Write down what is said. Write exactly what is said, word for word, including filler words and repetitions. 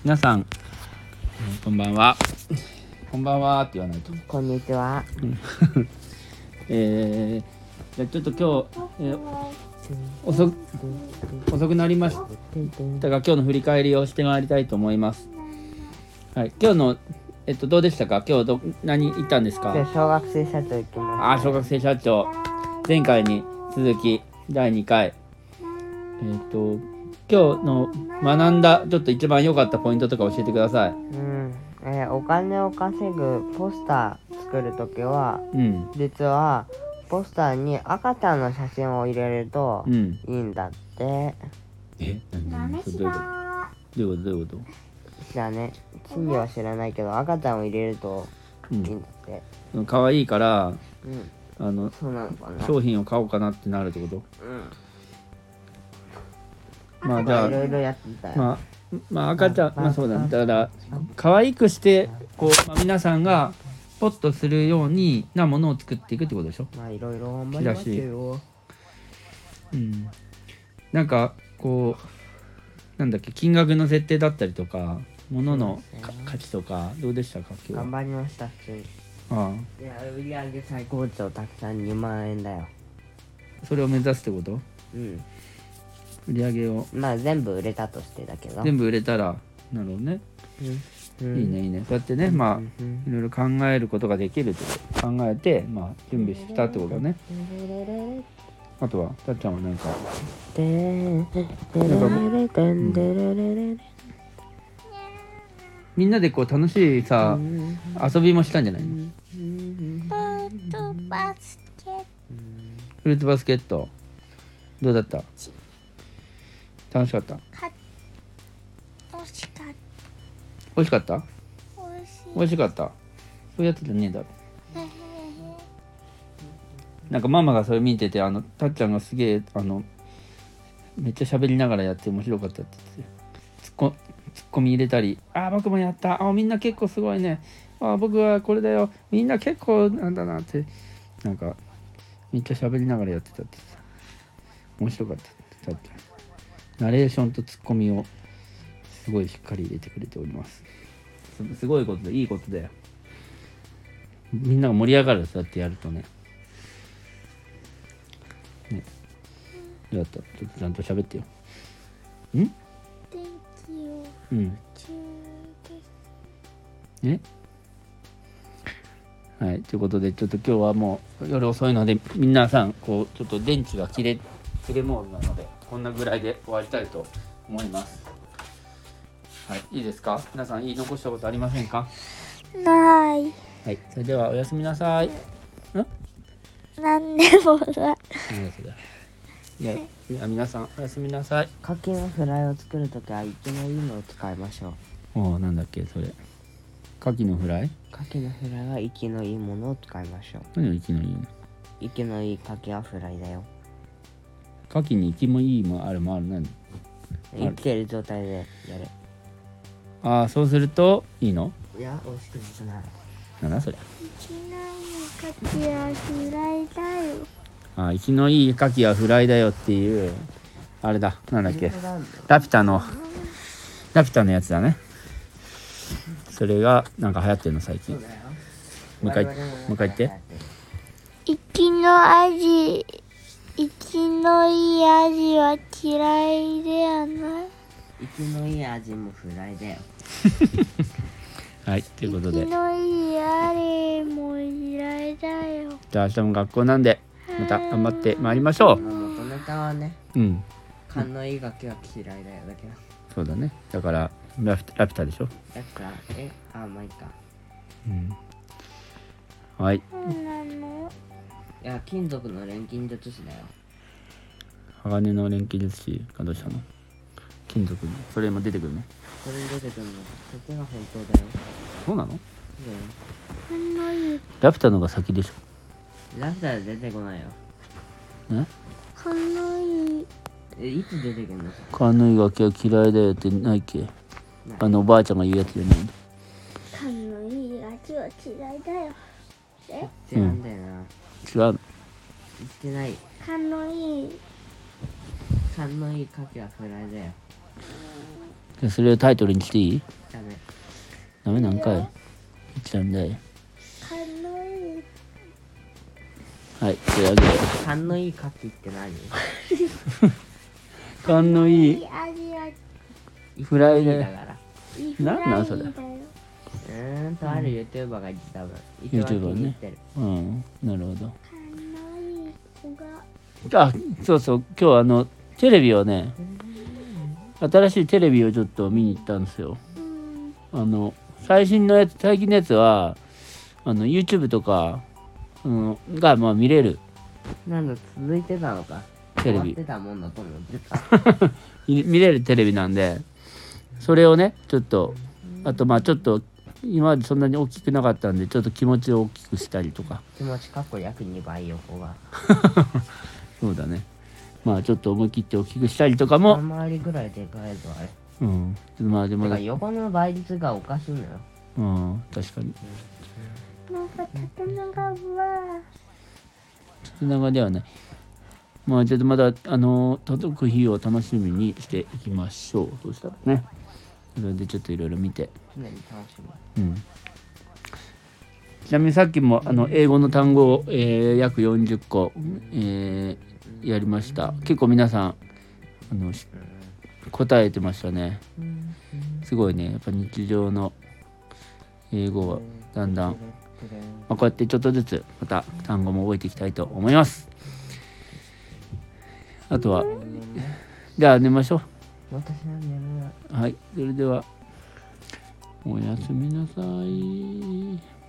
皆さん、こんばんは。こんばんはって言わないと。 こんにちは。 えー、じゃあちょっと今日、えー、遅く遅くなりましたが、今日の振り返りをしてまいりたいと思います。はい、今日のえっとどうでしたか？今日ど何行ったんですか？ 小学生社長行きました。 あ、小学生社長。前回に続きだいにかい。えっと今日の学んだちょっと一番良かったポイントとか教えてください。 うん、えーお金を稼ぐポスター作るときは、 うん。 実はポスターに赤ちゃんの写真を入れるとうん。 いいんだって。 え、何何それどういうこと？どういうことどういうこと？ 知らね。真偽は知らないけど赤ちゃんを入れるといいんだって。 うん。可愛いからうん。 あのそうなのかな。 商品を買おうかなってなるってこと？ うん。 まあじゃあいろいろやってたよ。 まあまあ赤ちゃんまあそうだね。だから可愛くしてこう、まあ、皆さんがポッとするようになものを作っていくってことでしょ？ まあいろいろ頑張りましたよ。 うん。なんかこうなんだっけ金額の設定だったりとか物のか価値とかどうでしたか今日は？ 頑張りました普通に。 あいや売り上げ最高潮たくさんにまんえんだよ。 あ、それを目指すってこと？ うん。 売り上げをまあ全部売れたとしてだけど。 全部売れたらなるほどね、 うん、 いいねいいね。そうやってね、まあうんいろいろ考えることができるってこと考えてまあ準備したってことね。あとはたっちゃんは何かみんなでこう楽しいさ遊びもしたんじゃないの？フルーツバスケットどうだった？楽しかった？ 美味しかった。 美味しかった？ 美味しい。 美味しかった。そうやってたねえだろ。なんかママがそれ見てて、あのたっちゃんがすげえあのめっちゃ喋りながらやって面白かったって言ってツッコツッコミ入れたり、あー僕もやった、あみんな結構すごいね、あ僕はこれだよ、みんな結構なんだなってなんかめっちゃ喋りながらやってたってさ面白かった。たっちゃんナレーションとツッコミをすごいしっかり入れてくれております。す, すごいことでいいことだよ。みんなが盛り上がるそうやってやるとね。ね、どうやった？ちょっとちゃんと喋ってよ。ん？ 天気をうん。 中です。 ね。はい、ということでちょっと今日はもう夜遅いので皆さんこうちょっと電池が切れ切れモードなのでこんなぐらいで終わりたいと思います。はい、いいですか？皆さん言い残したことありませんか？ ない。 はい、それではおやすみなさい。ん？ なんでもない。 何だそれ。いや、いや皆さんおやすみなさい。 牡蠣のフライを作るときは生きのいいのを使いましょう。 おお、なんだっけそれ。牡蠣のフライ？ 牡蠣のフライは生きのいいものを使いましょう。 何を生きのいいの？ 生きのいい牡蠣はフライだよ。 牡蠣に生きもいいもあるもある何？ 生きてる状態でやる。 ああ、そうするといいの？ いや美味しくなる。 なんだそれ。 生きないかきはフライだよ。 ああ、生きのいい牡蠣はフライだよっていうあれだ、なんだっけ、ラピュタのラピュタのやつだね。それがなんか流行ってるの最近。もう一回もう一回言って。 生きの味、生きのいい味は嫌いではない。 生きのいい味もフライだよ。 はい、ということで生きのいいあれも嫌いだよ。 じゃあ明日も学校なんでまた頑張ってまいりましょう。 元ネタはね、 うん勘のいいガキは嫌いだよだけど。 そうだね。だからラピュタ、ラピュタでしょ。 だからえあまあいいか。 うんはいそうなの？ いや金属の錬金術師だよ。 鋼の錬金術師がどうしたの？金属にそれも出てくるの？ これに出てくるのそっちが本当だよ。 そうなの？ そう生きのいい、 ラピュタのが先でしょ。 だよ。ラフター出てこないよ。 ね？ 生きのいい。 えいつ出てくるの？ カヌイガキは嫌いだよってないっけ？あのおばあちゃんが言うやつじゃないの？ 勘のいい味は嫌いだよ。え？ 違うんだよな。 違うの？ 言ってない。 勘のいい。 勘のいい牡蠣はフライだよ。 じゃあそれをタイトルにしていい？ ダメ。 ダメなんかい。一覧だい。 かのいいはい、というわけで。 勘のいい牡蠣って何？ 勘のいい味はフライでだから。 いいフなんなんそれライだよ。 うーんとある YouTuber が言ってた分。一番気 YouTuber ねに入ってる。 うんなるほど。 かのいい子があそうそう今日あのテレビをね新しいテレビをちょっと見に行ったんですよ。 うんあの最新のやつ最近のやつはあの YouTube とか、うん、がまあ見れるなんだ、続いてたのか。 テレビ終わってたもんだと思ってた。 見見れるテレビなんでそれをねちょっとあとまあちょっと今までそんなに大きくなかったんでちょっと気持ちを大きくしたりとか気持ちかっこ約にばい横が。 そうだねまあちょっと思い切って大きくしたりとか二も回りぐらいでかいぞあれ。 うんまあでもてか横の倍率がおかしいのよ。 うん確かになんか縦長は縦長ではないまあちょっとまだあの届く日を楽しみにしていきましょうそうしたらねそれでちょっといろいろ見て常に楽しみ。 うんちなみにさっきもあの英語の単語を、えー約よんじゅっこ、えーやりました結構皆さんあのし答えてましたねすごいねやっぱ日常の英語はだんだん、まあ、こうやってちょっとずつまた単語も覚えていきたいと思いますあとはじゃあ寝ましょ私は眠い。 うはいそれではおやすみなさい。